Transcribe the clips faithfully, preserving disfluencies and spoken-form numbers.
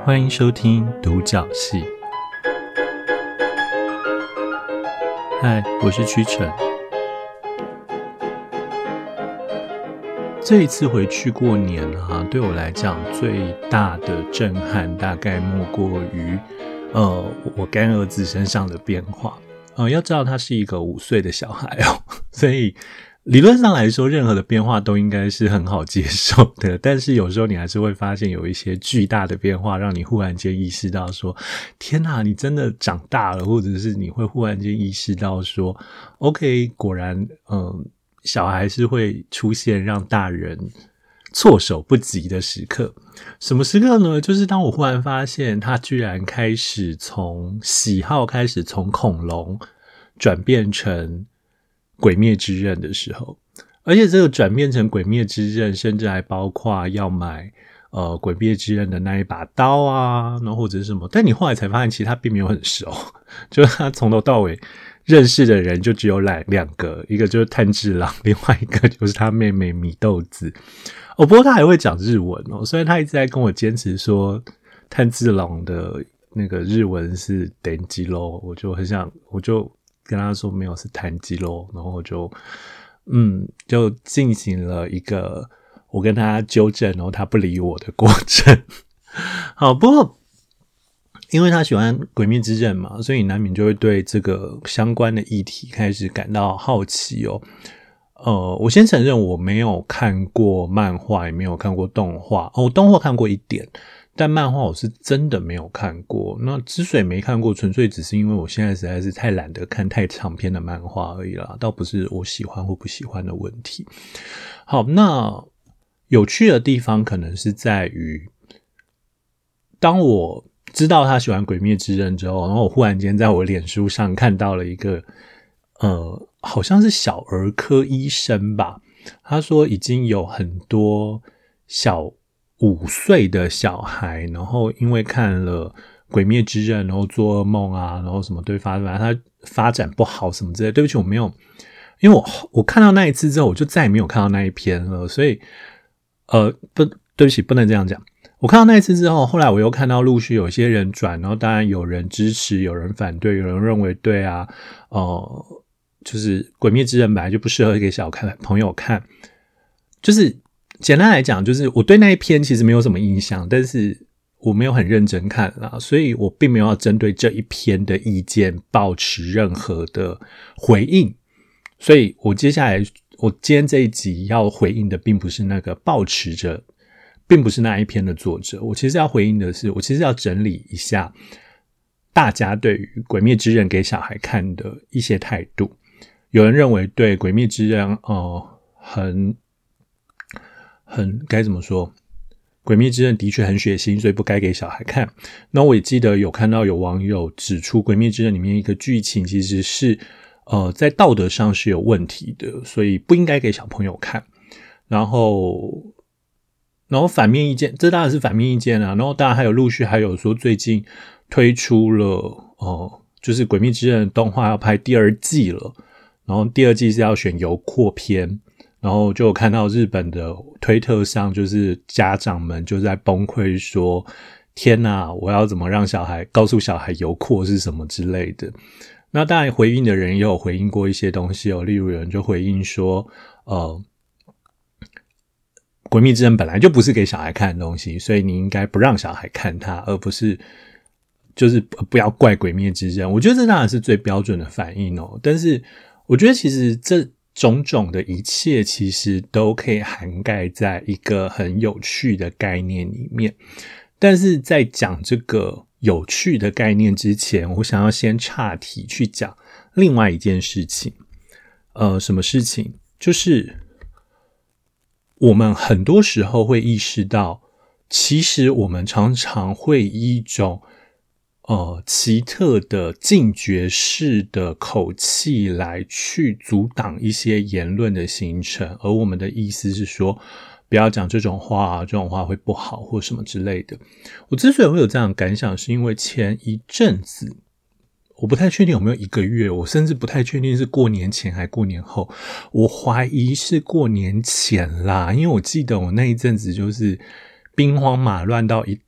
欢迎收听独角戏。嗨，我是屈臣。这一次回去过年啊，对我来讲最大的震撼大概莫过于呃我干儿子身上的变化。呃要知道他是一个五岁的小孩哦，所以理论上来说任何的变化都应该是很好接受的，但是有时候你还是会发现有一些巨大的变化让你忽然间意识到说天哪，你真的长大了，或者是你会忽然间意识到说 OK 果然嗯、呃小孩是会出现让大人措手不及的时刻。什么时刻呢？就是当我忽然发现他居然开始从喜好开始从恐龙转变成鬼灭之刃的时候，而且这个转变成鬼灭之刃甚至还包括要买呃鬼灭之刃的那一把刀啊，然后或者是什么，但你后来才发现其实他并没有很熟，就是他从头到尾认识的人就只有两两个，一个就是炭治郎，另外一个就是他妹妹祢豆子。哦，不过他还会讲日文哦，虽然他一直在跟我坚持说炭治郎的那个日文是 Denjiro， 我就很想，我就跟他说没有，是Tanjiro，然后我就嗯就进行了一个我跟他纠正，然后他不理我的过程。好，不过因为他喜欢鬼灭之刃嘛，所以难免就会对这个相关的议题开始感到好奇哦。呃，我先承认我没有看过漫画，也没有看过动画。哦，动画看过一点，但漫画我是真的没有看过。那之所以没看过，纯粹只是因为我现在实在是太懒得看太长篇的漫画而已啦，倒不是我喜欢或不喜欢的问题。好，那有趣的地方可能是在于，当我知道他喜欢鬼灭之刃之后，然后我忽然间在我脸书上看到了一个呃，好像是小儿科医生吧，他说已经有很多小五岁的小孩，然后因为看了鬼灭之刃然后做噩梦啊，然后什么对发展他发展不好什么之类的。对不起，我没有，因为我我看到那一次之后我就再也没有看到那一篇了，所以呃不对不起，不能这样讲。我看到那一次之后，后来我又看到陆续有些人转，然后当然有人支持，有人反对，有人认为对啊，呃，就是鬼灭之刃本来就不适合给小看朋友看。就是简单来讲，就是我对那一篇其实没有什么印象，但是我没有很认真看啦，所以我并没有要针对这一篇的意见抱持任何的回应。所以我接下来我今天这一集要回应的并不是那个抱持着并不是那一篇的作者，我其实要回应的是，我其实要整理一下大家对于鬼灭之刃给小孩看的一些态度。有人认为对鬼灭之刃呃很很该怎么说，鬼灭之刃的确很血腥，所以不该给小孩看。那我也记得有看到有网友指出鬼灭之刃里面一个剧情其实是呃在道德上是有问题的，所以不应该给小朋友看。然后然后反面意见，这当然是反面意见啊。然后当然还有陆续还有说最近推出了呃就是鬼灭之刃动画要拍第二季了，然后第二季是要选油阔篇，然后就有看到日本的推特上就是家长们就在崩溃说天哪，我要怎么让小孩告诉小孩油阔是什么之类的。那当然回应的人也有回应过一些东西哦，例如有人就回应说呃鬼灭之刃本来就不是给小孩看的东西，所以你应该不让小孩看它，而不是就是不要怪鬼灭之刃。我觉得这当然是最标准的反应哦，但是我觉得其实这种种的一切其实都可以涵盖在一个很有趣的概念里面。但是在讲这个有趣的概念之前，我想要先岔题去讲另外一件事情。呃，什么事情？就是我们很多时候会意识到，其实我们常常会以一种呃奇特的禁绝式的口气来去阻挡一些言论的形成，而我们的意思是说不要讲这种话，这种话会不好或什么之类的。我之所以会有这样的感想，是因为前一阵子我不太确定有没有一个月，我甚至不太确定是过年前还过年后，我怀疑是过年前啦，因为我记得我那一阵子就是兵荒马乱到一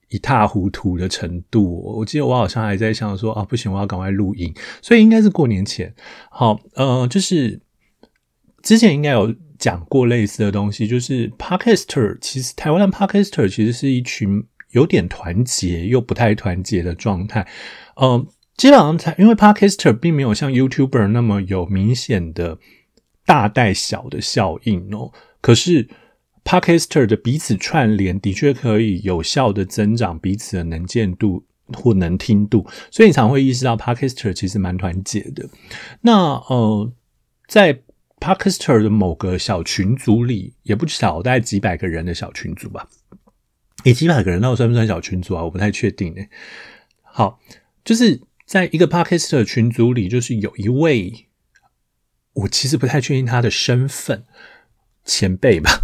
一塌糊涂的程度。我记得我好像还在想说啊，不行，我要赶快录音，所以应该是过年前。好，呃，就是之前应该有讲过类似的东西，就是 Podcaster， 其实台湾的 Podcaster 其实是一群有点团结又不太团结的状态。呃，基本上因为 Podcaster 并没有像 YouTuber 那么有明显的大带小的效应哦，可是 Podcaster 的彼此串联的确可以有效的增长彼此的能见度或能听度，所以你常会意识到 Podcaster 其实蛮团结的。那呃，在 Podcaster 的某个小群组里，也不小，大概几百个人的小群组吧。诶，几百个人那我算不算小群组啊？我不太确定诶。好，就是在一个 Podcaster 群组里，就是有一位，我其实不太确定他的身份，前辈吧。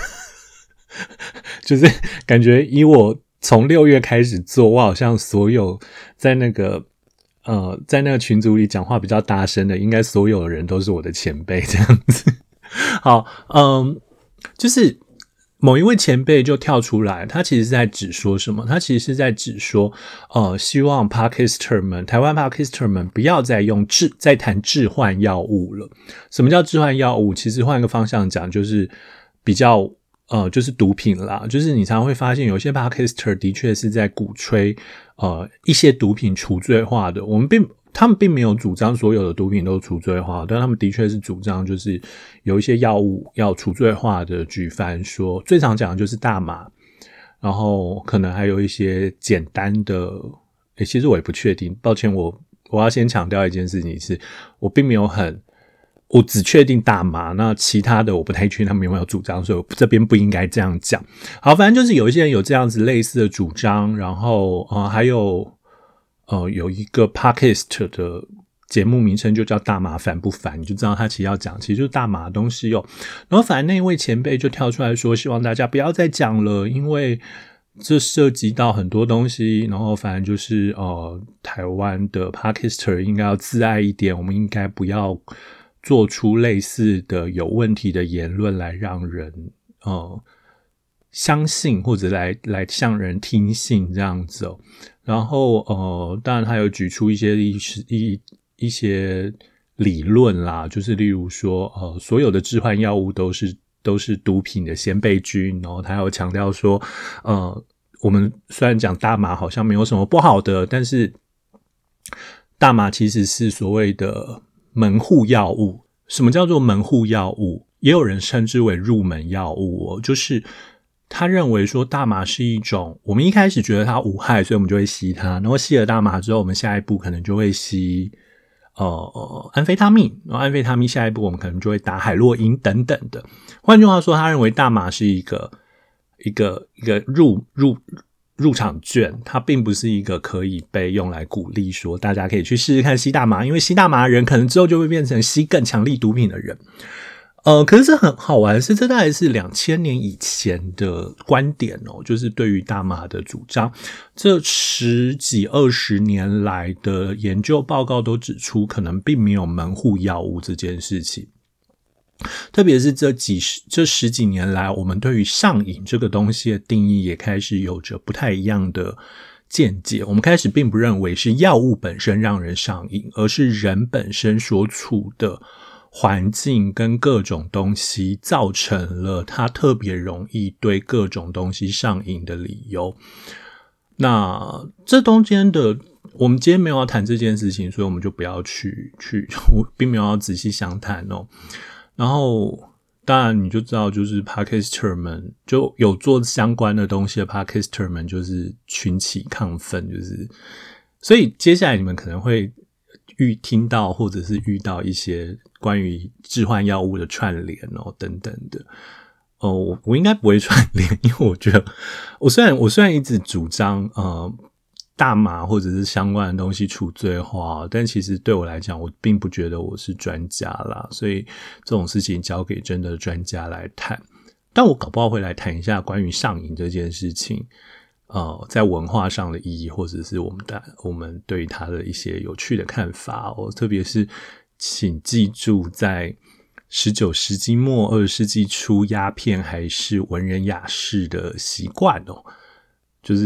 就是感觉以我从六月开始做，我好像所有在那个呃在那个群组里讲话比较大声的，应该所有的人都是我的前辈这样子。好，嗯，就是某一位前辈就跳出来，他其实是在指说什么？他其实是在指说，呃，希望 Podcaster 们，台湾 Podcaster 们不要再用致在谈致幻药物了。什么叫致幻药物？其实换个方向讲，就是比较。呃，就是毒品啦，就是你常常会发现有些 Podcaster 的确是在鼓吹呃一些毒品除罪化的。我们并他们并没有主张所有的毒品都除罪化，但他们的确是主张就是有一些药物要除罪化的。举凡说最常讲的就是大麻，然后可能还有一些简单的，诶，其实我也不确定，抱歉，我我要先强调一件事情是，我并没有很。我只确定大麻，那其他的我不太确定他们有没有主张，所以我这边不应该这样讲。好，反正就是有一些人有这样子类似的主张，然后呃还有呃有一个 podcast 的节目名称就叫大麻烦不烦，你就知道他其实要讲其实就是大麻的东西哦。然后反正那位前辈就跳出来说，希望大家不要再讲了，因为这涉及到很多东西，然后反正就是呃台湾的 podcaster 应该要自爱一点，我们应该不要做出类似的有问题的言论来让人呃相信或者来来向人听信这样子哦。然后呃当然他有举出一些一一一些理论啦，就是例如说呃所有的致幻药物都是都是毒品的先辈军，然后他有强调说呃我们虽然讲大麻好像没有什么不好的，但是大麻其实是所谓的门户药物。什么叫做门户药物？也有人称之为入门药物哦，就是他认为说大麻是一种，我们一开始觉得它无害，所以我们就会吸它，然后吸了大麻之后，我们下一步可能就会吸呃安非他命，然后安非他命下一步我们可能就会打海洛因等等的。换句话说，他认为大麻是一个一个一个入入入场券，它并不是一个可以被用来鼓励说大家可以去试试看吸大麻，因为吸大麻的人可能之后就会变成吸更强力毒品的人。呃，可是这很好玩的是，这大概是两千年以前的观点哦，就是对于大麻的主张。这十几二十年来的研究报告都指出，可能并没有门户药物这件事情。特别是这几十这十几年来，我们对于上瘾这个东西的定义也开始有着不太一样的见解。我们开始并不认为是药物本身让人上瘾，而是人本身所处的环境跟各种东西造成了他特别容易对各种东西上瘾的理由。那这中间的我们今天没有要谈这件事情，所以我们就不要去去我并没有要仔细详谈哦。然后当然你就知道，就是 Podcaster 们就有做相关的东西的 Podcaster 们就是群起亢奋，就是所以接下来你们可能会遇听到或者是遇到一些关于致幻药物的串联哦等等的。哦，我我应该不会串联，因为我觉得我虽然我虽然一直主张呃大麻或者是相关的东西除罪化，但其实对我来讲，我并不觉得我是专家啦，所以这种事情交给真的专家来谈。但我搞不好会来谈一下关于上瘾这件事情，呃，在文化上的意义，或者是我们的我们对于它的一些有趣的看法哦。特别是请记住，在十九世纪末二十世纪初，鸦片还是文人雅士的习惯哦，就是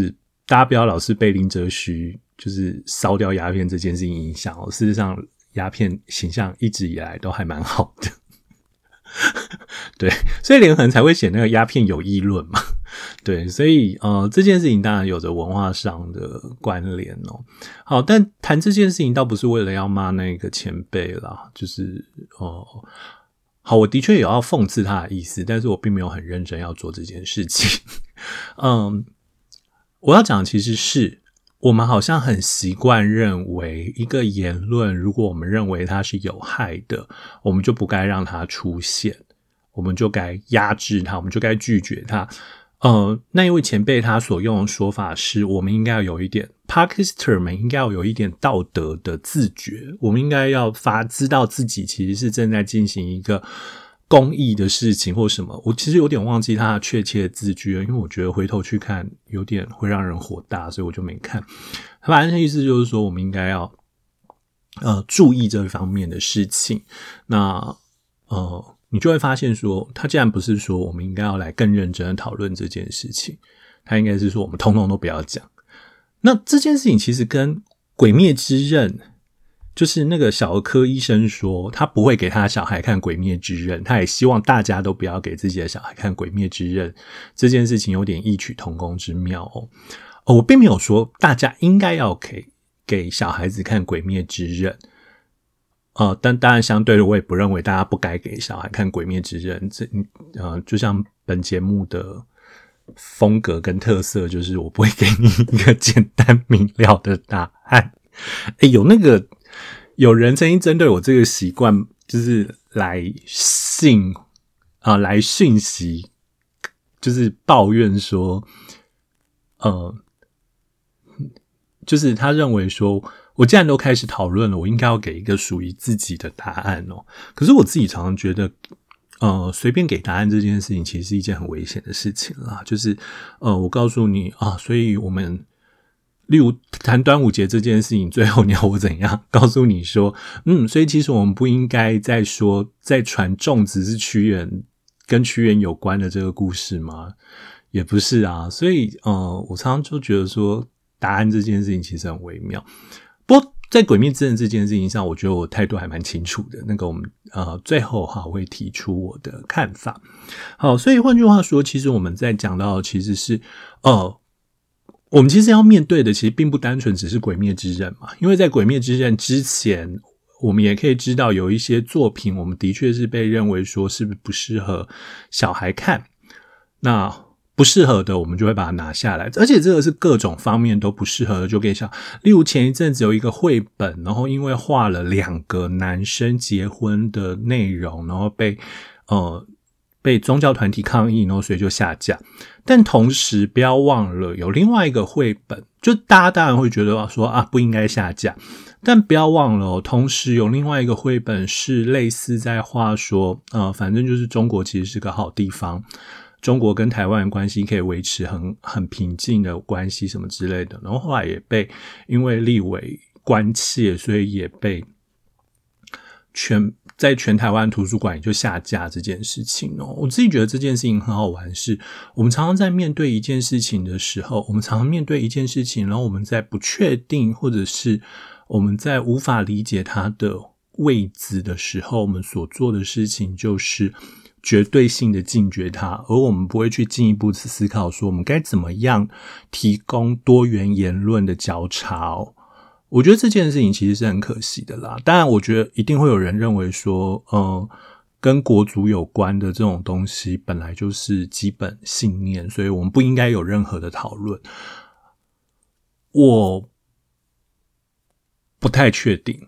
大家不要老是被林则徐就是烧掉鸦片这件事情影响哦。事实上，鸦片形象一直以来都还蛮好的。对，所以连横才会写那个鸦片有议论嘛。对，所以呃这件事情当然有着文化上的关联哦。好，但谈这件事情倒不是为了要骂那个前辈啦，就是哦、呃，好，我的确有要讽刺他的意思，但是我并没有很认真要做这件事情。嗯，我要讲的其实是我们好像很习惯认为一个言论，如果我们认为它是有害的，我们就不该让它出现，我们就该压制它，我们就该拒绝它。呃，那一位前辈他所用的说法是，我们应该要有一点 Podcaster 们应该要有一点道德的自觉，我们应该要发知道自己其实是正在进行一个公益的事情或什么。我其实有点忘记他的确切的字句了，因为我觉得回头去看有点会让人火大，所以我就没看。他反正意思就是说，我们应该要呃注意这方面的事情。那呃。你就会发现说，他既然不是说我们应该要来更认真的讨论这件事情，他应该是说我们通通都不要讲。那这件事情其实跟《鬼灭之刃》，就是那个小儿科医生说他不会给他小孩看《鬼灭之刃》，他也希望大家都不要给自己的小孩看《鬼灭之刃》，这件事情有点异曲同工之妙哦。哦，我并没有说大家应该要给给小孩子看《鬼灭之刃》。呃，但当然相对的，我也不认为大家不该给小孩看《鬼灭之刃》。这呃，就像本节目的风格跟特色，就是我不会给你一个简单明了的答案。诶，有那个有人曾经针对我这个习惯，就是来信啊、呃，来讯息，就是抱怨说，呃，就是他认为说，我既然都开始讨论了，我应该要给一个属于自己的答案哦。可是我自己常常觉得，呃，随便给答案这件事情其实是一件很危险的事情啦。就是呃，我告诉你啊，所以我们例如谈端午节这件事情，最后你要我怎样告诉你说，嗯，所以其实我们不应该再说再传粽子是屈原跟屈原有关的这个故事吗？也不是啊。所以呃，我常常就觉得说，答案这件事情其实很微妙。不过在《鬼灭之刃》这件事情上，我觉得我态度还蛮清楚的。那个我们呃最后哈会提出我的看法。好，所以换句话说，其实我们在讲到的其实是呃，我们其实要面对的其实并不单纯只是《鬼灭之刃》嘛，因为在《鬼灭之刃》之前，我们也可以知道有一些作品，我们的确是被认为说是不是不适合小孩看。那不适合的我们就会把它拿下来，而且这个是各种方面都不适合的就给小，例如前一阵子有一个绘本，然后因为画了两个男生结婚的内容，然后被呃被宗教团体抗议，然后所以就下架。但同时不要忘了有另外一个绘本，就大家当然会觉得说啊不应该下架，但不要忘了哦，同时有另外一个绘本是类似在画说呃反正就是中国其实是个好地方，中国跟台湾的关系可以维持很很平静的关系什么之类的，然后后来也被因为立委关切，所以也被全在全台湾图书馆也就下架这件事情哦。我自己觉得这件事情很好玩，是我们常常在面对一件事情的时候，我们常常面对一件事情，然后我们在不确定或者是我们在无法理解它的位置的时候，我们所做的事情就是绝对性的禁绝它，而我们不会去进一步思考说我们该怎么样提供多元言论的交叉哦。我觉得这件事情其实是很可惜的啦。当然我觉得一定会有人认为说呃，跟国族有关的这种东西本来就是基本信念，所以我们不应该有任何的讨论。我不太确定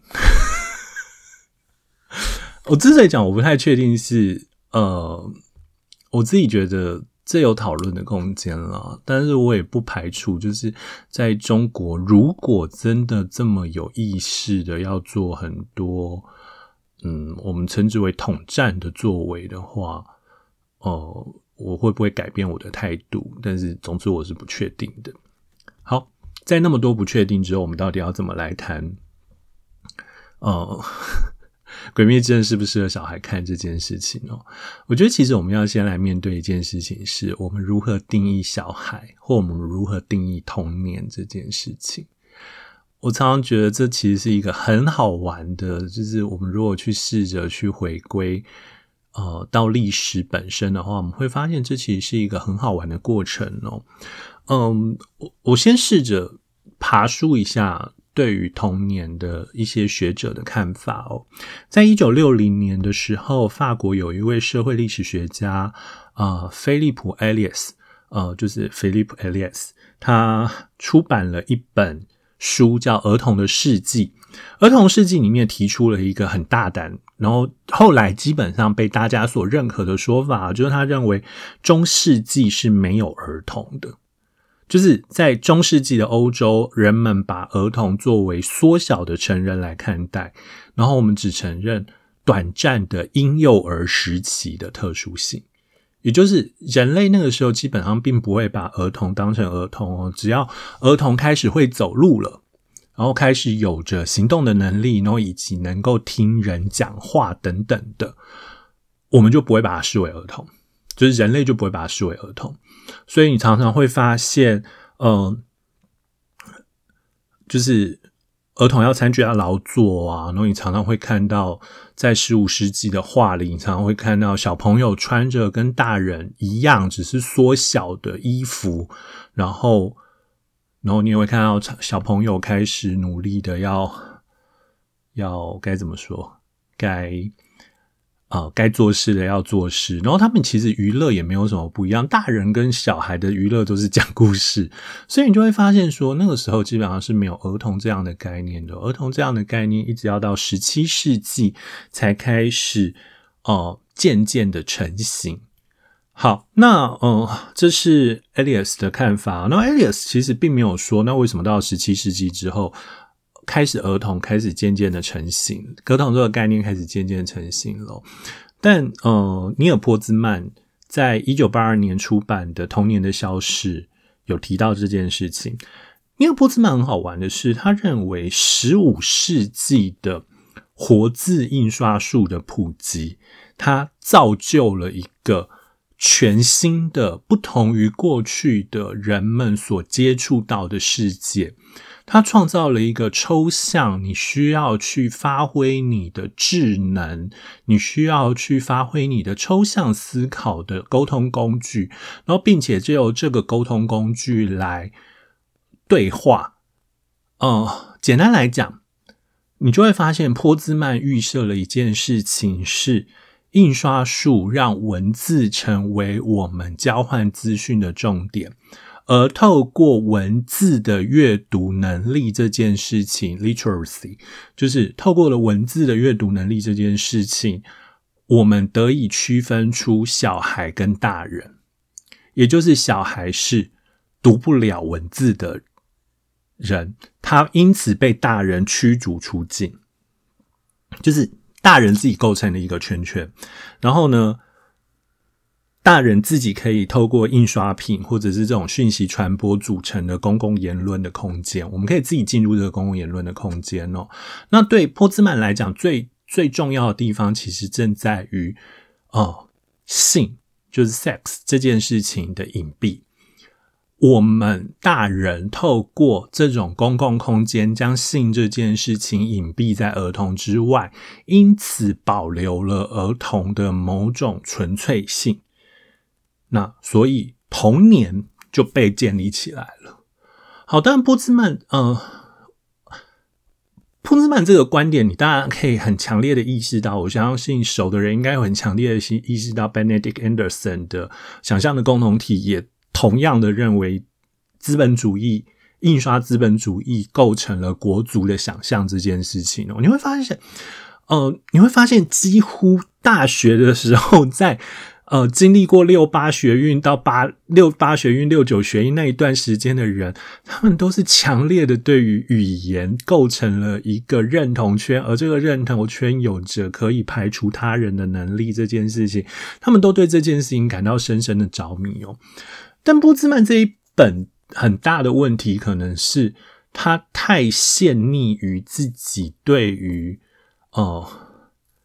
我之所以讲我不太确定是呃，我自己觉得这有讨论的空间啦，但是我也不排除就是在中国如果真的这么有意识的要做很多嗯，我们称之为统战的作为的话呃，我会不会改变我的态度，但是总之我是不确定的。好，在那么多不确定之后，我们到底要怎么来谈呃鬼灭之刃适不适合小孩看这件事情哦。我觉得其实我们要先来面对一件事情，是我们如何定义小孩，或我们如何定义童年这件事情。我常常觉得这其实是一个很好玩的，就是我们如果去试着去回归呃到历史本身的话，我们会发现这其实是一个很好玩的过程哦。嗯，我我先试着爬梳一下对于童年的一些学者的看法哦。在一九六零年的时候，法国有一位社会历史学家呃菲利普·埃利斯呃就是 Philippe Elias， 他出版了一本书叫《儿童的世纪》。儿童世纪里面提出了一个很大胆，然后后来基本上被大家所认可的说法，就是他认为中世纪是没有儿童的。就是在中世纪的欧洲，人们把儿童作为缩小的成人来看待，然后我们只承认短暂的婴幼儿时期的特殊性。也就是人类那个时候基本上并不会把儿童当成儿童哦，只要儿童开始会走路了，然后开始有着行动的能力，然后以及能够听人讲话等等的，我们就不会把它视为儿童，就是人类就不会把它视为儿童。所以你常常会发现呃，就是儿童要参加劳作啊，然后你常常会看到在十五世纪的画里，你常常会看到小朋友穿着跟大人一样只是缩小的衣服，然后然后你也会看到小朋友开始努力的要要该怎么说该呃，该做事的要做事，然后他们其实娱乐也没有什么不一样，大人跟小孩的娱乐都是讲故事，所以你就会发现说那个时候基本上是没有儿童这样的概念的，儿童这样的概念一直要到十七世纪才开始呃渐渐的成型。好，那呃这是 Elias 的看法，那 Elias 其实并没有说那为什么到十七世纪之后开始儿童开始渐渐的成型，儿童这个概念开始渐渐成型了。但呃，尼尔波兹曼在一九八二年出版的《童年的消逝》有提到这件事情。尼尔波兹曼很好玩的是，他认为十五世纪的活字印刷术的普及，它造就了一个全新的不同于过去的人们所接触到的世界。他创造了一个抽象，你需要去发挥你的智能，你需要去发挥你的抽象思考的沟通工具，然后并且藉由这个沟通工具来对话。呃，简单来讲，你就会发现波兹曼预设了一件事情，是印刷术让文字成为我们交换资讯的重点，而透过文字的阅读能力这件事情 literacy 就是透过了文字的阅读能力这件事情，我们得以区分出小孩跟大人，也就是小孩是读不了文字的人，他因此被大人驱逐出境，就是大人自己构成了一个圈圈，然后呢大人自己可以透过印刷品或者是这种讯息传播组成的公共言论的空间，我们可以自己进入这个公共言论的空间哦。那对波兹曼来讲，最最重要的地方其实正在于哦，性就是 sex 这件事情的隐蔽。我们大人透过这种公共空间将性这件事情隐蔽在儿童之外，因此保留了儿童的某种纯粹性。那所以童年就被建立起来了。好，当然波兹曼呃，波兹曼这个观点你当然可以很强烈的意识到，我相信熟的人应该很强烈的意识到 Benedict Anderson 的想象的共同体也同样的认为资本主义印刷资本主义构成了国族的想象这件事情哦。你会发现呃，你会发现几乎大学的时候在呃，经历过六八学运到八六八学运六九学运那一段时间的人，他们都是强烈的对于语言构成了一个认同圈，而这个认同圈有着可以排除他人的能力这件事情，他们都对这件事情感到深深的着迷哦。但波兹曼这一本很大的问题可能是他太陷溺于自己对于呃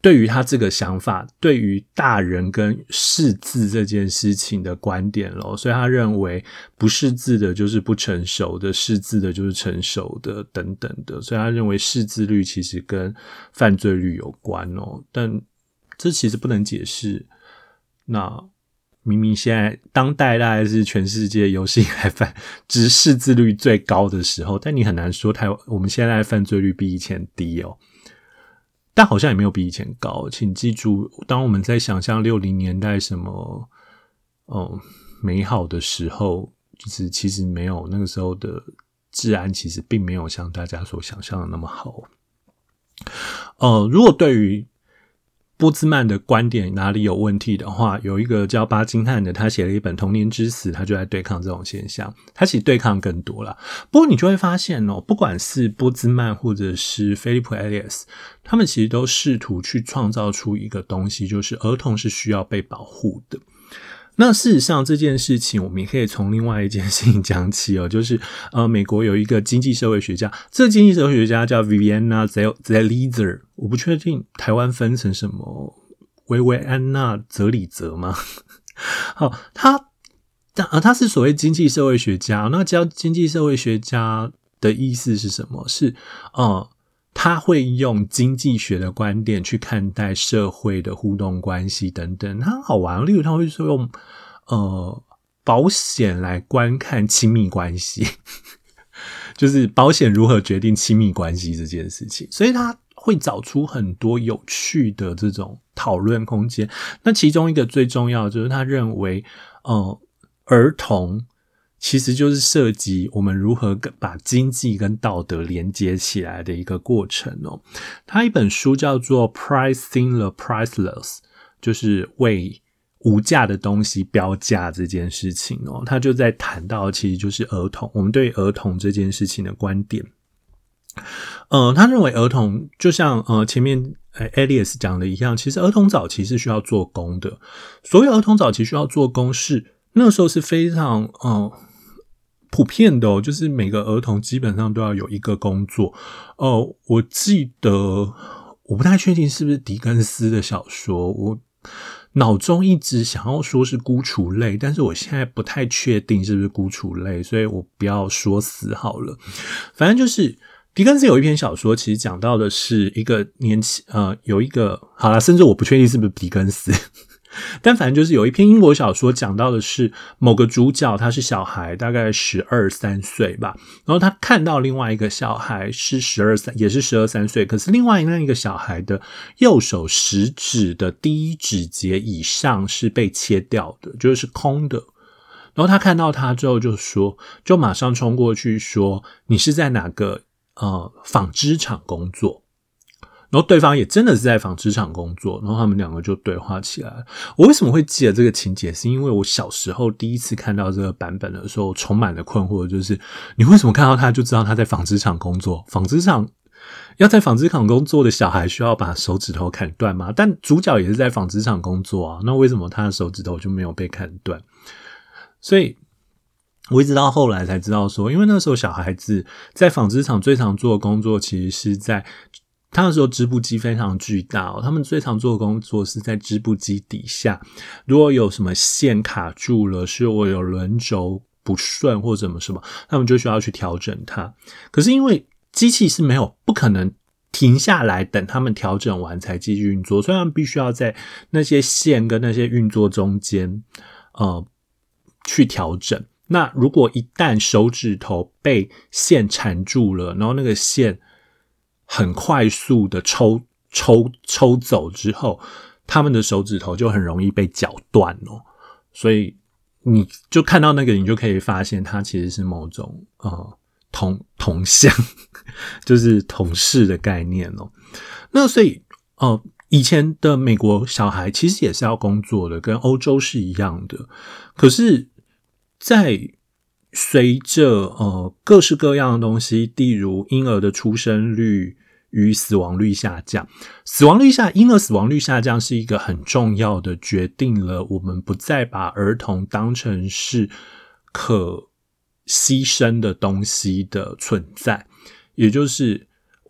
对于他这个想法，对于大人跟识字这件事情的观点咯，所以他认为不识字的就是不成熟的，识字的就是成熟的等等的，所以他认为识字率其实跟犯罪率有关哦，但这其实不能解释。那明明现在当代大概是全世界有史以来犯只识字率最高的时候，但你很难说台湾我们现在的犯罪率比以前低哦。但好像也没有比以前高，请记住，当我们在想象六零年代什么嗯美好的时候，就是其实没有，那个时候的治安其实并没有像大家所想象的那么好。呃，如果对于波兹曼的观点哪里有问题的话，有一个叫巴金汉的，他写了一本《童年之死》，他就在对抗这种现象。他其实对抗更多啦，不过你就会发现哦，不管是波兹曼或者是菲利普·埃利亚斯，他们其实都试图去创造出一个东西，就是儿童是需要被保护的。那事实上这件事情我们也可以从另外一件事情讲起哦，就是呃，美国有一个经济社会学家，这个经济社会学家叫 Viviana Zelizer， 我不确定台湾分成什么，维维安娜泽里泽吗？好，他呃他是所谓经济社会学家，那叫经济社会学家的意思是什么？是呃他会用经济学的观点去看待社会的互动关系等等，他好玩，例如他会说用呃保险来观看亲密关系，就是保险如何决定亲密关系这件事情，所以他会找出很多有趣的这种讨论空间。那其中一个最重要的就是他认为呃儿童其实就是涉及我们如何把经济跟道德连接起来的一个过程哦。他一本书叫做 Pricing the Priceless， 就是为无价的东西标价这件事情哦。他就在谈到其实就是儿童，我们对儿童这件事情的观点。呃，他认为儿童就像呃前面呃 Elias 讲的一样，其实儿童早期是需要做工的。所谓儿童早期需要做工是那个时候是非常呃普遍的哦，就是每个儿童基本上都要有一个工作。呃，我记得我不太确定是不是狄更斯的小说，我脑中一直想要说是孤雏类，但是我现在不太确定是不是孤雏类，所以我不要说死好了。反正就是狄更斯有一篇小说，其实讲到的是一个年轻呃有一个好啦，甚至我不确定是不是狄更斯。但反正就是有一篇英国小说讲到的是某个主角他是小孩，大概十二三岁吧，然后他看到另外一个小孩是十二三也是十二三岁，可是另外那一个小孩的右手食指的第一指节以上是被切掉的，就是空的。然后他看到他之后就说，就马上冲过去说，你是在哪个呃纺织厂工作？然后对方也真的是在纺织厂工作，然后他们两个就对话起来了。我为什么会记得这个情节，是因为我小时候第一次看到这个版本的时候充满了困惑，就是你为什么看到他就知道他在纺织厂工作？纺织厂要在纺织厂工作的小孩需要把手指头砍断吗？但主角也是在纺织厂工作啊，那为什么他的手指头就没有被砍断？所以我一直到后来才知道说，因为那时候小孩子在纺织厂最常做的工作其实是在他那时候织布机非常巨大哦，他们最常做的工作是在织布机底下，如果有什么线卡住了，是我有轮轴不顺或者什么什么，他们就需要去调整它。可是因为机器是没有不可能停下来等他们调整完才继续运作，所以他们必须要在那些线跟那些运作中间呃去调整。那如果一旦手指头被线缠住了，然后那个线很快速的抽抽抽走之后，他们的手指头就很容易被绞断哦。所以你就看到那个，你就可以发现它其实是某种呃同同向，就是同事的概念哦。那所以呃以前的美国小孩其实也是要工作的，跟欧洲是一样的。可是在随着呃各式各样的东西，例如婴儿的出生率与死亡率下降，死亡率下婴儿死亡率下降是一个很重要的，决定了我们不再把儿童当成是可牺牲的东西的存在。也就是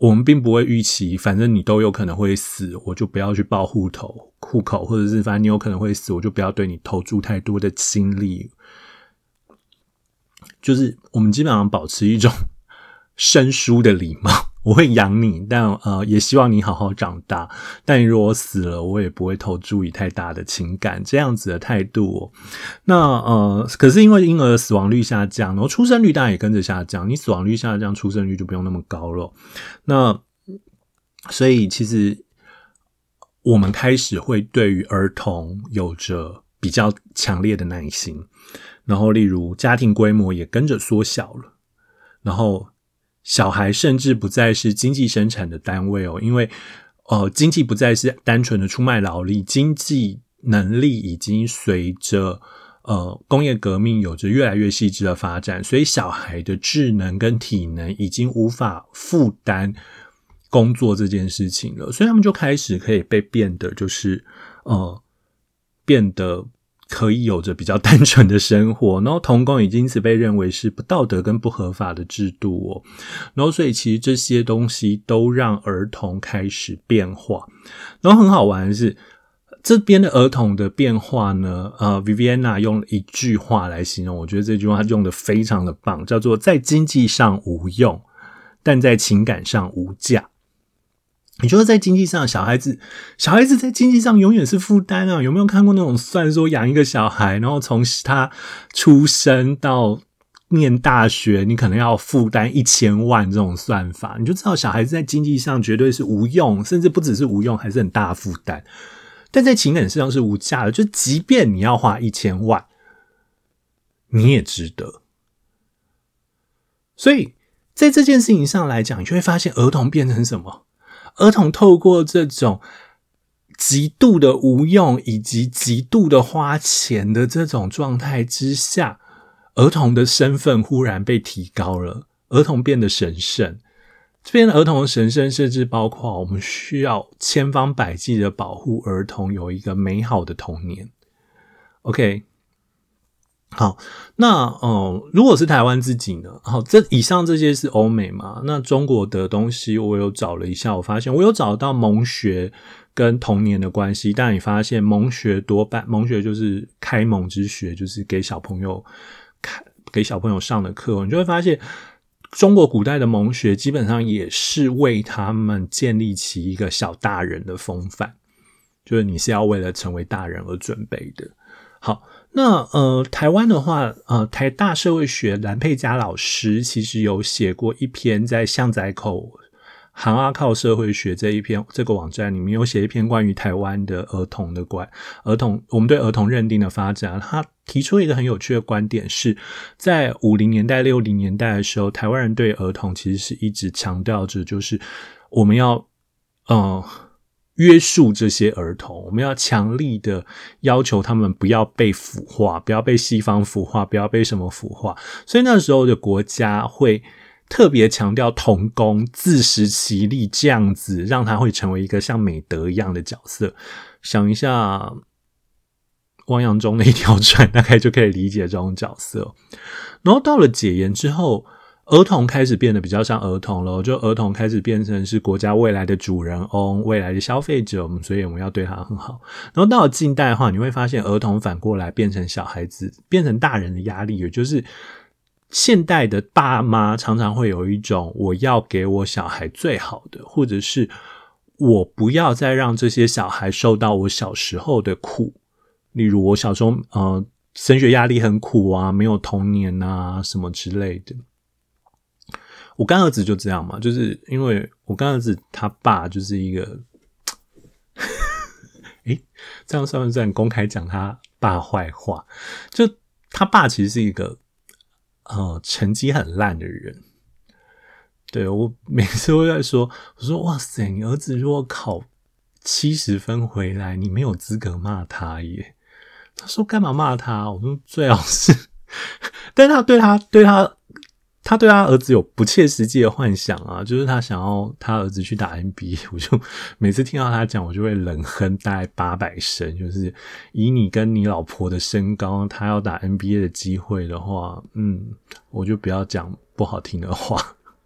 我们并不会预期，反正你都有可能会死，我就不要去报户头户口，或者是反正你有可能会死，我就不要对你投注太多的心力。就是我们基本上保持一种生疏的礼貌，我会养你，但呃也希望你好好长大，但你如果死了，我也不会投注以太大的情感，这样子的态度哦。那呃可是因为婴儿的死亡率下降，然后出生率当然也跟着下降，你死亡率下降，出生率就不用那么高了。那所以其实我们开始会对于儿童有着比较强烈的耐心，然后例如家庭规模也跟着缩小了，然后小孩甚至不再是经济生产的单位哦，因为呃经济不再是单纯的出卖劳力，经济能力已经随着呃工业革命有着越来越细致的发展，所以小孩的智能跟体能已经无法负担工作这件事情了，所以他们就开始可以被变得就是呃变得可以有着比较单纯的生活，然后童工已经因此被认为是不道德跟不合法的制度哦。然后所以其实这些东西都让儿童开始变化。然后很好玩的是，这边的儿童的变化呢，呃 Viviana 用了一句话来形容，我觉得这句话用得非常的棒，叫做在经济上无用，但在情感上无价。你觉得在经济上，小孩子小孩子在经济上永远是负担啊？有没有看过那种算说养一个小孩，然后从他出生到念大学，你可能要负担一千万这种算法，你就知道小孩子在经济上绝对是无用，甚至不只是无用，还是很大的负担。但在情感上是无价的，就即便你要花一千万，你也值得。所以在这件事情上来讲，你就会发现儿童变成什么？儿童透过这种极度的无用以及极度的花钱的这种状态之下，儿童的身份忽然被提高了，儿童变得神圣。这边的儿童的神圣甚至包括我们需要千方百计的保护儿童有一个美好的童年。 OK， 好，那呃，如果是台湾自己呢？好，这以上这些是欧美嘛？那中国的东西我有找了一下，我发现我有找到盟学跟童年的关系，但你发现盟学多半，盟学就是开蒙之学，就是给小朋友开给小朋友上的课，你就会发现中国古代的盟学基本上也是为他们建立起一个小大人的风范，就是你是要为了成为大人而准备的。好，那呃，台湾的话，呃，台大社会学蓝佩嘉老师其实有写过一篇，在巷仔口杭阿靠社会学这一篇这个网站里面有写一篇关于台湾的儿童的观儿童我们对儿童认定的发展。他提出一个很有趣的观点，是在五零年代六零年代的时候，台湾人对儿童其实是一直强调着，就是我们要呃约束这些儿童，我们要强力的要求他们不要被腐化，不要被西方腐化，不要被什么腐化。所以那时候的国家会特别强调童工自食其力，这样子让他会成为一个像美德一样的角色。想一下汪洋中的一条船，大概就可以理解这种角色。然后到了解严之后，儿童开始变得比较像儿童了，就儿童开始变成是国家未来的主人翁，未来的消费者，所以我们要对他很好。然后到了近代的话，你会发现儿童反过来变成小孩子，变成大人的压力，也就是现代的爸妈常常会有一种我要给我小孩最好的，或者是我不要再让这些小孩受到我小时候的苦。例如我小时候呃升学压力很苦啊，没有童年啊什么之类的。我干儿子就这样嘛，就是因为我干儿子他爸就是一个诶这样算不算公开讲他爸坏话？就他爸其实是一个呃成绩很烂的人。对，我每次都在说，我说哇塞，你儿子如果考七十分回来，你没有资格骂他耶。他说干嘛骂他？我说最好是但是他对他对他他对他儿子有不切实际的幻想啊，就是他想要他儿子去打 N B A， 我就每次听到他讲，我就会冷哼大概八百声，就是以你跟你老婆的身高，他要打 N B A 的机会的话，嗯，我就不要讲不好听的话。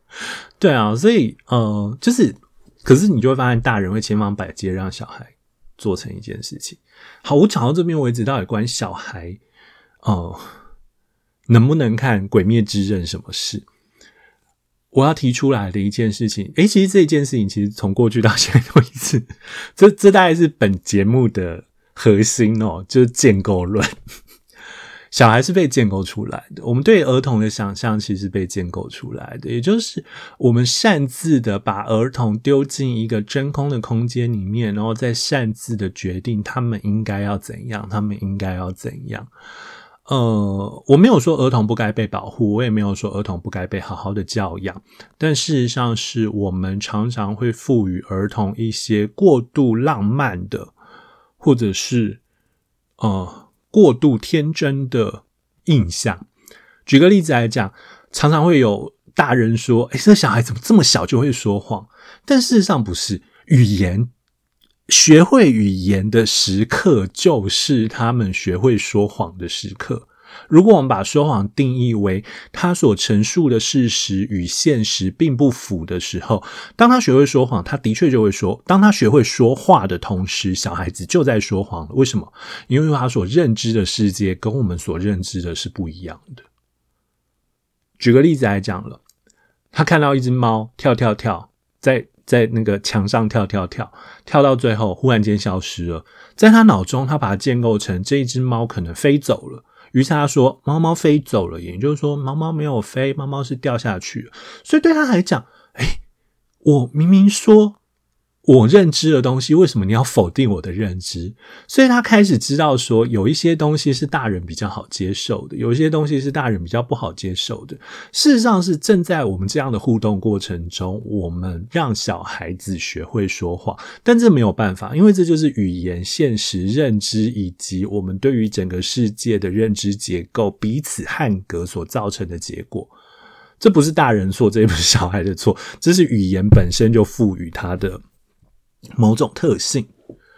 对啊，所以呃，就是，可是你就会发现，大人会千方百计让小孩做成一件事情。好，我讲到这边为止，到底关于小孩，呃，能不能看《鬼灭之刃》什么事？我要提出来的一件事情，诶，其实这件事情其实从过去到现在都一直，这这大概是本节目的核心哦，就是建构论。小孩是被建构出来的，我们对儿童的想象其实被建构出来的，也就是我们擅自的把儿童丢进一个真空的空间里面，然后再擅自的决定他们应该要怎样，他们应该要怎样。呃，我没有说儿童不该被保护，我也没有说儿童不该被好好的教养，但事实上是我们常常会赋予儿童一些过度浪漫的，或者是呃过度天真的印象。举个例子来讲，常常会有大人说，诶，这小孩怎么这么小就会说谎？但事实上不是，语言学会语言的时刻就是他们学会说谎的时刻。如果我们把说谎定义为他所陈述的事实与现实并不符的时候，当他学会说谎，他的确就会说，当他学会说话的同时，小孩子就在说谎了。为什么？因为他所认知的世界跟我们所认知的是不一样的。举个例子来讲了，他看到一只猫跳跳跳，在在那个墙上跳跳跳，跳到最后忽然间消失了。在他脑中，他把它建构成这一只猫可能飞走了，于是他说猫猫飞走了，也就是说猫猫没有飞，猫猫是掉下去了。所以对他来讲，诶，我明明说我认知的东西，为什么你要否定我的认知？所以他开始知道说，有一些东西是大人比较好接受的，有一些东西是大人比较不好接受的。事实上是正在我们这样的互动过程中，我们让小孩子学会说谎，但这没有办法，因为这就是语言、现实、认知以及我们对于整个世界的认知结构彼此汉格所造成的结果。这不是大人错，这也不是小孩的错，这是语言本身就赋予它的某种特性。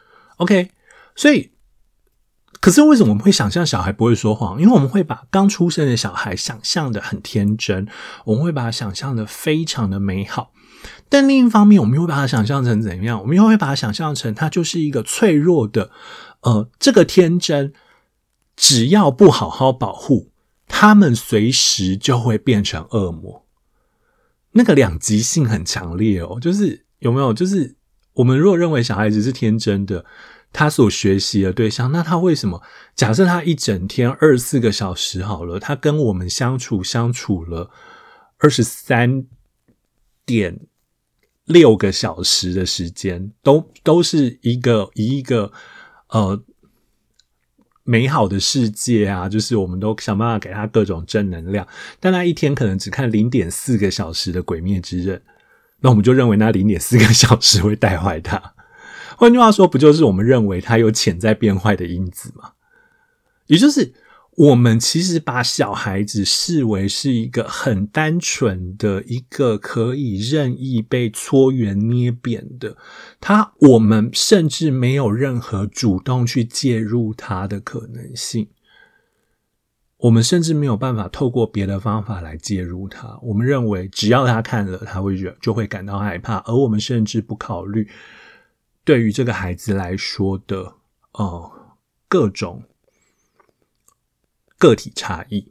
OK， 所以可是为什么我们会想象小孩不会说谎？因为我们会把刚出生的小孩想象的很天真，我们会把它想象的非常的美好，但另一方面我们又会把它想象成怎样？我们又会把它想象成它就是一个脆弱的呃，这个天真只要不好好保护，他们随时就会变成恶魔。那个两极性很强烈哦，就是有没有就是我们如果认为小孩子是天真的，他所学习的对象，那他为什么假设他一整天二十四个小时好了，他跟我们相处相处了二十三点六个小时的时间，都都是一个以一个呃美好的世界啊，就是我们都想办法给他各种正能量，但他一天可能只看 零点四个小时的鬼灭之刃，那我们就认为那 零点四个小时会带坏他。换句话说，不就是我们认为他有潜在变坏的因子吗？也就是我们其实把小孩子视为是一个很单纯的一个可以任意被搓圆捏扁的，他我们甚至没有任何主动去介入他的可能性，我们甚至没有办法透过别的方法来介入他。我们认为只要他看了，他会就会感到害怕，而我们甚至不考虑对于这个孩子来说的呃各种个体差异。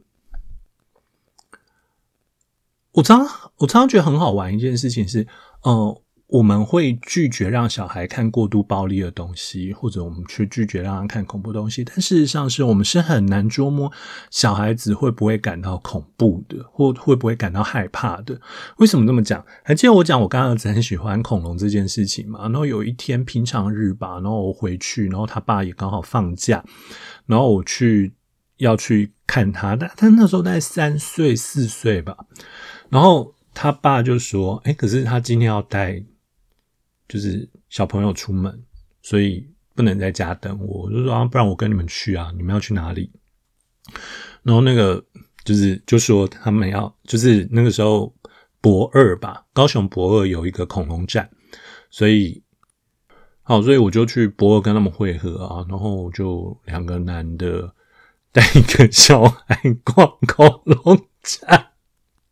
我常我常常觉得很好玩一件事情是，呃，我们会拒绝让小孩看过度暴力的东西，或者我们去拒绝让他看恐怖东西，但事实上是我们是很难捉摸小孩子会不会感到恐怖的，或会不会感到害怕的。为什么这么讲？还记得我讲我刚刚儿子很喜欢恐龙这件事情嘛？然后有一天平常日吧，然后我回去，然后他爸也刚好放假，然后我去要去看他，但他那时候大概三岁四岁吧，然后他爸就说，诶，可是他今天要带就是小朋友出门，所以不能在家等我。我就说啊，不然我跟你们去啊，你们要去哪里？然后那个就是就说他们要就是那个时候博二吧，高雄博二有一个恐龙展，所以好，所以我就去博二跟他们会合啊，然后就两个男的带一个小孩逛恐龙展。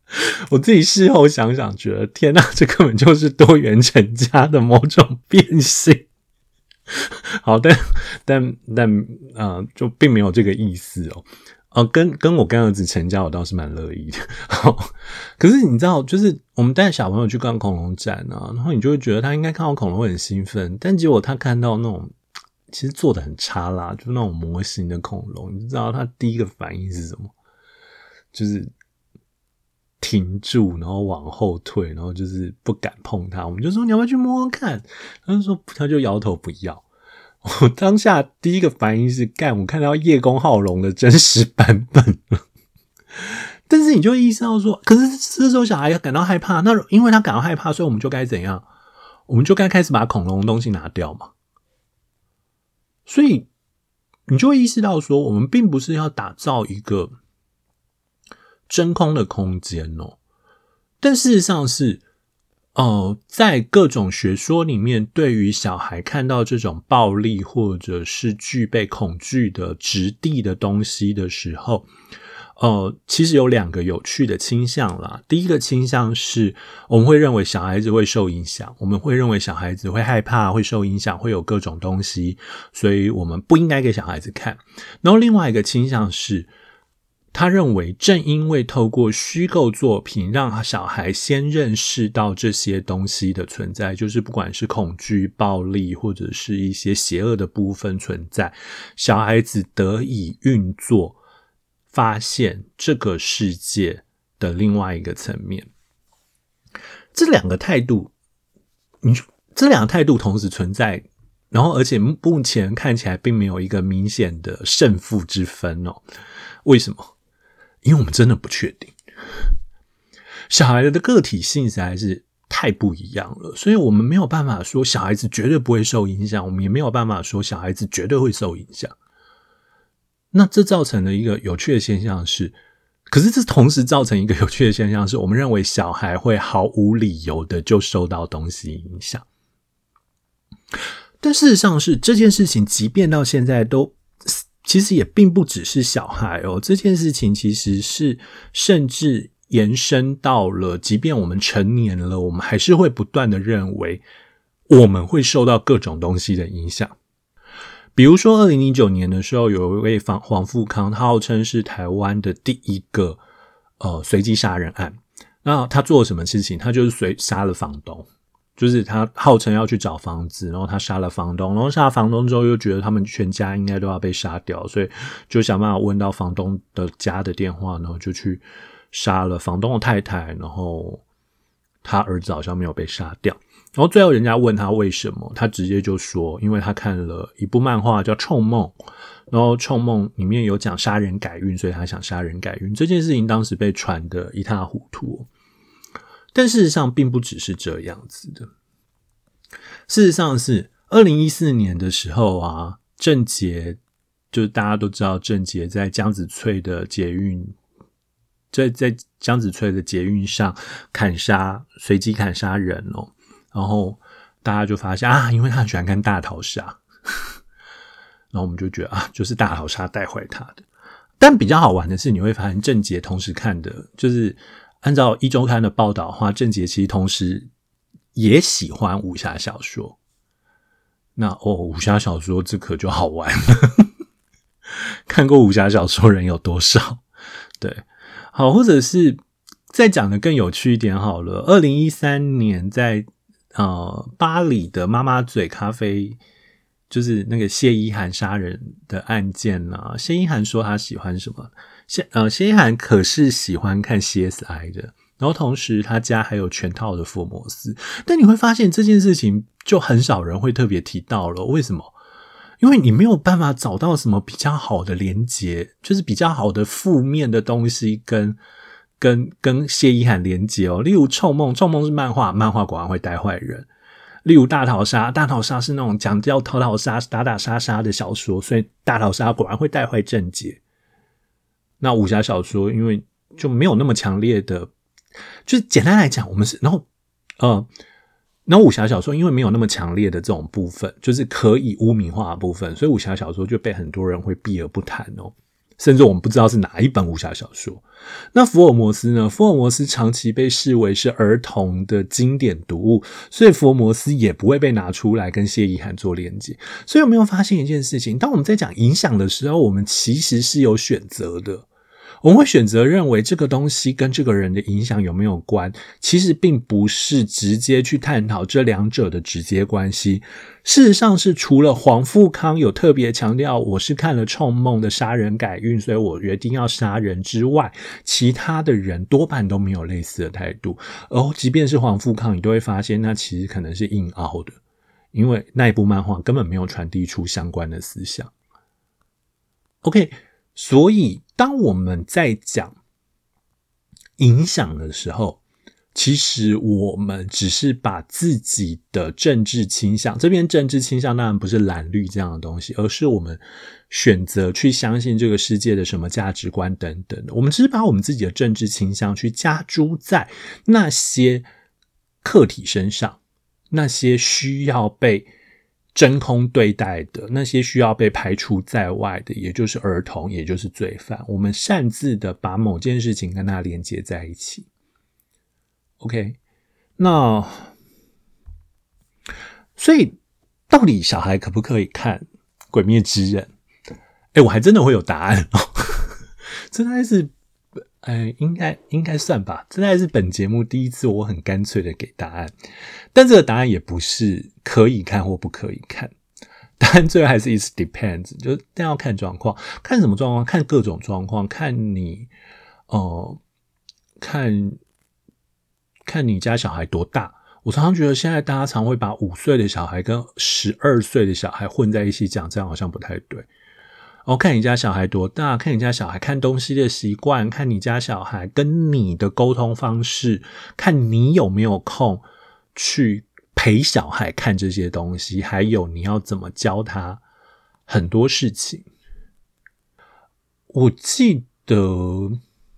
我自己事后想想，觉得天哪，这根本就是多元成家的某种变形。好，但但但呃，就并没有这个意思哦。呃，跟跟我干儿子成家，我倒是蛮乐意的。好，可是你知道，就是我们带小朋友去看恐龙展啊，然后你就会觉得他应该看到恐龙会很兴奋，但结果他看到那种其实做的很差啦，就那种模型的恐龙，你知道他第一个反应是什么？就是停住，然后往后退，然后就是不敢碰它。我们就说你要不要去摸摸看？他就说他就摇头不要。我当下第一个反应是干，我看到叶公好龙的真实版本了。但是你就会意识到说，可是这时候小孩感到害怕，那因为他感到害怕，所以我们就该怎样？我们就该开始把恐龙的东西拿掉嘛。所以你就会意识到说，我们并不是要打造一个真空的空间哦，但事实上是呃，在各种学说里面，对于小孩看到这种暴力或者是具备恐惧的质地的东西的时候，呃，其实有两个有趣的倾向啦。第一个倾向是我们会认为小孩子会受影响，我们会认为小孩子会害怕，会受影响，会有各种东西，所以我们不应该给小孩子看。然后另外一个倾向是他认为正因为透过虚构作品让小孩先认识到这些东西的存在，就是不管是恐惧、暴力或者是一些邪恶的部分存在，小孩子得以运作，发现这个世界的另外一个层面。这两个态度，你这两个态度同时存在，然后而且目前看起来并没有一个明显的胜负之分哦。为什么？因为我们真的不确定，小孩的个体性实在是太不一样了，所以我们没有办法说小孩子绝对不会受影响，我们也没有办法说小孩子绝对会受影响。那这造成了一个有趣的现象是，可是这同时造成一个有趣的现象是，我们认为小孩会毫无理由的就受到东西影响，但事实上是这件事情即便到现在都其实也并不只是小孩哦，这件事情其实是甚至延伸到了即便我们成年了，我们还是会不断的认为我们会受到各种东西的影响。比如说二零零九年的时候，有一位黄富康，他号称是台湾的第一个呃随机杀人案。那他做了什么事情？他就是随杀了房东，就是他号称要去找房子，然后他杀了房东，然后杀了房东之后又觉得他们全家应该都要被杀掉，所以就想办法问到房东的家的电话，然后就去杀了房东的太太，然后他儿子好像没有被杀掉。然后最后人家问他为什么，他直接就说因为他看了一部漫画叫《臭梦》，然后《臭梦》里面有讲杀人改运，所以他想杀人改运。这件事情当时被传得一塌糊涂，但事实上并不只是这样子的。事实上是二零一四年的时候啊，郑捷就是大家都知道郑捷在江子翠的捷运在在江子翠的捷运上砍杀随机砍杀人哦，然后大家就发现啊，因为他很喜欢看大逃杀，然后我们就觉得啊，就是大逃杀带坏他的。但比较好玩的是，你会发现郑捷同时看的，就是按照一周刊的报道的话，郑捷其实同时也喜欢武侠小说。那哦，武侠小说这可就好玩了，看过武侠小说人有多少？对，好，或者是再讲的更有趣一点好了。二零一三年在呃巴黎的妈妈嘴咖啡，就是那个谢依涵杀人的案件啊。谢依涵说她喜欢什么？谢呃谢依涵可是喜欢看 C S I 的，然后同时他家还有全套的福尔摩斯。但你会发现这件事情就很少人会特别提到了，为什么？因为你没有办法找到什么比较好的连结，就是比较好的负面的东西跟跟跟谢依涵连结哦。例如臭梦，臭梦是漫画，漫画果然会带坏人。例如大逃杀，大逃杀是那种讲叫逃逃杀打打杀杀的小说，所以大逃杀果然会带坏郑捷。那武侠小说因为就没有那么强烈的，就是简单来讲我们是然后呃然后武侠小说因为没有那么强烈的这种部分，就是可以污名化的部分，所以武侠小说就被很多人会避而不谈哦。 甚至我们不知道是哪一本武侠小说。那福尔摩斯呢？福尔摩斯长期被视为是儿童的经典读物，所以福尔摩斯也不会被拿出来跟谢依涵做连结。所以有没有发现一件事情？当我们在讲影响的时候，我们其实是有选择的。我们会选择认为这个东西跟这个人的影响有没有关，其实并不是直接去探讨这两者的直接关系。事实上是除了黄富康有特别强调我是看了冲梦的杀人改运，所以我决定要杀人之外，其他的人多半都没有类似的态度。而即便是黄富康，你都会发现那其实可能是硬凹的，因为那一部漫画根本没有传递出相关的思想。 OK， 所以当我们在讲影响的时候，其实我们只是把自己的政治倾向，这边政治倾向当然不是蓝绿这样的东西，而是我们选择去相信这个世界的什么价值观等等的，我们只是把我们自己的政治倾向去加诸在那些客体身上，那些需要被真空对待的，那些需要被排除在外的，也就是儿童，也就是罪犯，我们擅自的把某件事情跟它连接在一起。 OK， 那所以到底小孩可不可以看鬼灭之刃？诶，我还真的会有答案哦。这大概是呃，应该应该算吧，这大概是本节目第一次我很干脆的给答案，但这个答案也不是可以看或不可以看，答案最后还是 it depends， 就是但要看状况，看什么状况，看各种状况，看你呃，看看你家小孩多大。我常常觉得现在大家常会把五岁的小孩跟十二岁的小孩混在一起讲，这样好像不太对。哦，看你家小孩多大，看你家小孩看东西的习惯，看你家小孩跟你的沟通方式，看你有没有空去陪小孩看这些东西，还有你要怎么教他很多事情。我记得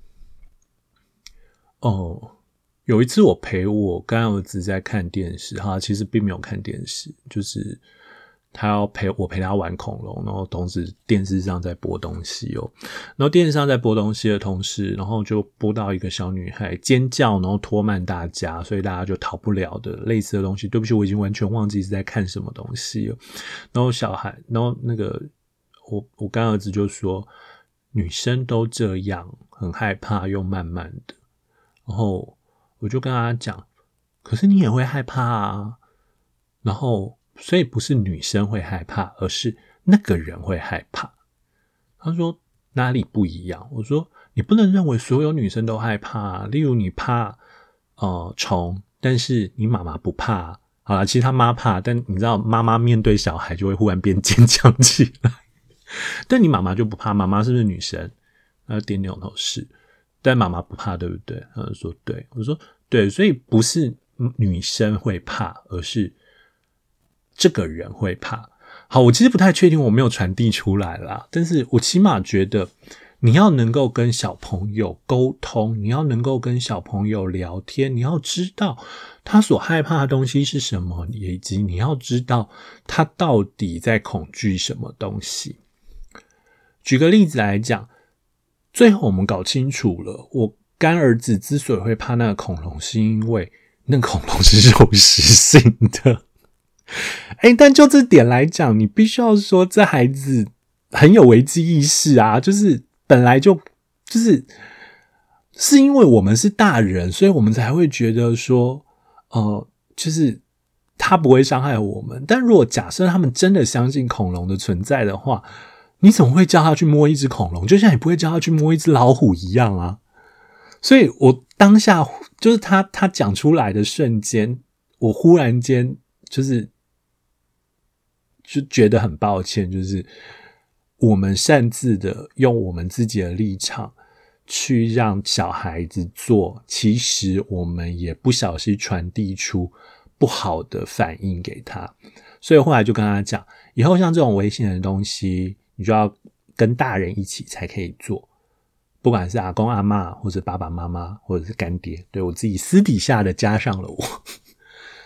哦，有一次我陪我干儿子在看电视，他其实并没有看电视，就是他要陪我陪他玩恐龙，然后同时电视上在播东西哦，然后电视上在播东西的同时，然后就播到一个小女孩尖叫，然后拖慢大家，所以大家就逃不了的类似的东西。对不起，我已经完全忘记是在看什么东西了。然后小孩，然后那个我我干儿子就说，女生都这样，很害怕又慢慢的。然后我就跟他讲，可是你也会害怕啊。然后所以不是女生会害怕，而是那个人会害怕。他说哪里不一样？我说你不能认为所有女生都害怕啊，例如你怕呃虫，但是你妈妈不怕。好啦，其实他妈怕，但你知道妈妈面对小孩就会忽然变坚强起来。但你妈妈就不怕，妈妈是不是女生？他点点头是，但妈妈不怕，对不对？他就说对。我说对，所以不是女生会怕，而是这个人会怕。好，我其实不太确定我没有传递出来啦，但是我起码觉得你要能够跟小朋友沟通，你要能够跟小朋友聊天，你要知道他所害怕的东西是什么，以及你要知道他到底在恐惧什么东西。举个例子来讲，最后我们搞清楚了，我干儿子之所以会怕那个恐龙，是因为那个恐龙是肉食性的。欸，但就这点来讲，你必须要说这孩子很有危机意识啊，就是本来就就是是因为我们是大人，所以我们才会觉得说呃，就是他不会伤害我们。但如果假设他们真的相信恐龙的存在的话，你怎么会叫他去摸一只恐龙？就像你不会叫他去摸一只老虎一样啊。所以我当下就是他他讲出来的瞬间，我忽然间就是就觉得很抱歉，就是我们擅自的用我们自己的立场去让小孩子做，其实我们也不小心传递出不好的反应给他。所以后来就跟他讲，以后像这种危险的东西，你就要跟大人一起才可以做，不管是阿公阿嬷或者爸爸妈妈或者是干爹，对，我自己私底下的加上了我。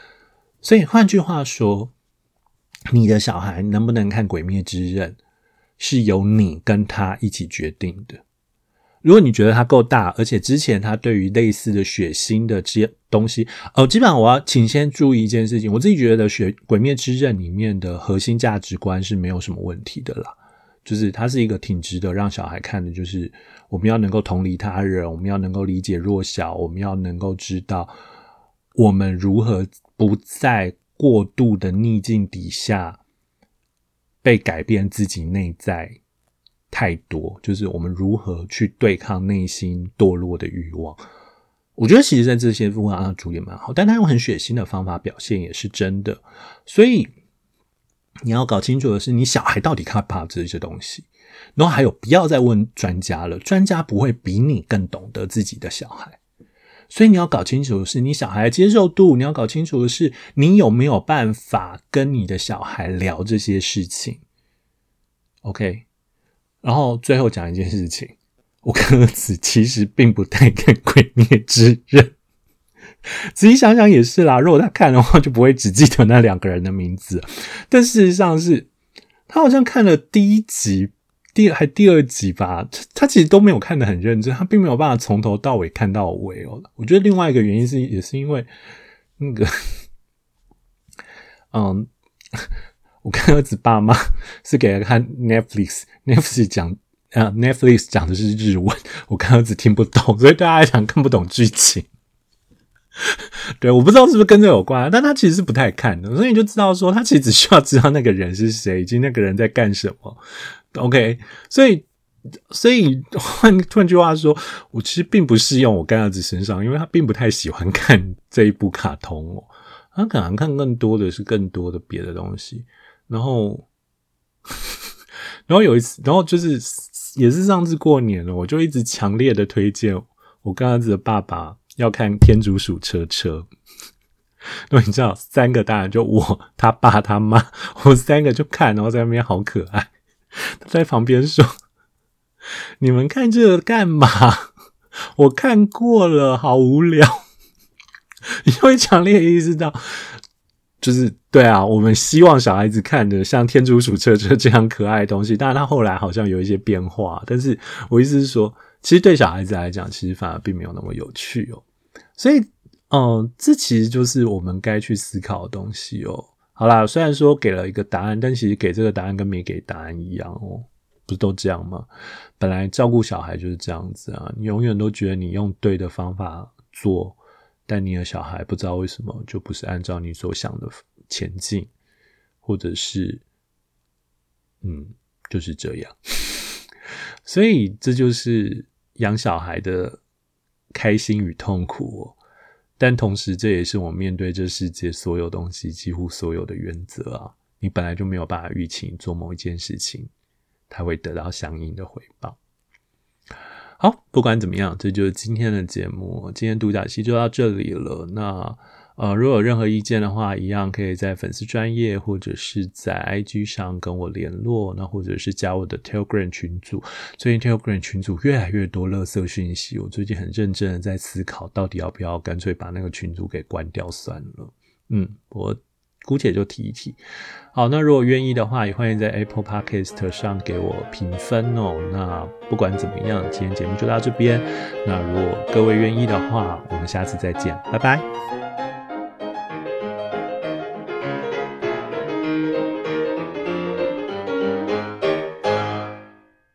所以换句话说，你的小孩能不能看鬼灭之刃， 是由你跟他一起决定的。如果你觉得他够大，而且之前他对于类似的血腥的这些东西，哦，基本上我要请先注意一件事情，我自己觉得血鬼灭之刃里面的核心价值观是没有什么问题的啦，就是它是一个挺值得让小孩看的，就是我们要能够同理他人，我们要能够理解弱小，我们要能够知道我们如何不在过度的逆境底下被改变自己内在太多，就是我们如何去对抗内心堕落的欲望。我觉得其实在这些部分上主也蛮好，但他用很血腥的方法表现也是真的，所以你要搞清楚的是你小孩到底怕不怕这些东西，然后还有不要再问专家了，专家不会比你更懂得自己的小孩，所以你要搞清楚的是你小孩的接受度，你要搞清楚的是你有没有办法跟你的小孩聊这些事情。 OK， 然后最后讲一件事情，我跟儿子其实并不太看鬼灭之刃，仔细想想也是啦，如果他看的话就不会只记得那两个人的名字，但事实上是他好像看了第一集第还第二集吧，他其实都没有看得很认真，他并没有办法从头到尾看到尾哦。我觉得另外一个原因是也是因为那个嗯，我跟儿子爸妈是给他看 Netflix Netflix 讲呃 Netflix 讲的是日文，我跟儿子听不懂，所以对他来讲看不懂剧情。对，我不知道是不是跟这有关，但他其实是不太看的，所以你就知道说他其实只需要知道那个人是谁以及那个人在干什么。 OK， 所以所以换换句话说，我其实并不适用我干儿子身上，因为他并不太喜欢看这一部卡通哦，他可能看更多的是更多的别的东西。然后然后有一次，然后就是也是上次过年了，我就一直强烈的推荐我干儿子的爸爸要看天竺鼠车车。那你知道三个大人就我他爸他妈我们三个就看，然后在那边好可爱，他在旁边说你们看这个干嘛，我看过了好无聊。你会强烈意识到就是对啊，我们希望小孩子看的像天竺鼠车车这样可爱的东西，当然他后来好像有一些变化，但是我意思是说其实对小孩子来讲其实反而并没有那么有趣哦。所以嗯，这其实就是我们该去思考的东西哦。好啦，虽然说给了一个答案，但其实给这个答案跟没给答案一样哦，不是都这样吗？本来照顾小孩就是这样子啊，你永远都觉得你用对的方法做，但你的小孩不知道为什么就不是按照你所想的前进，或者是嗯，就是这样。所以这就是养小孩的开心与痛苦哦，但同时这也是我面对这世界所有东西几乎所有的原则啊，你本来就没有办法预期你做某一件事情它会得到相应的回报。好，不管怎么样，这就是今天的节目，今天独角戏就到这里了。那呃，如果有任何意见的话，一样可以在粉丝专页或者是在 I G 上跟我联络，那或者是加我的 Telegram 群组。最近 Telegram 群组越来越多垃圾讯息，我最近很认真的在思考到底要不要干脆把那个群组给关掉算了。嗯，我姑且就提一提。好，那如果愿意的话，也欢迎在 Apple Podcast 上给我评分哦。那不管怎么样，今天节目就到这边。那如果各位愿意的话，我们下次再见，拜拜。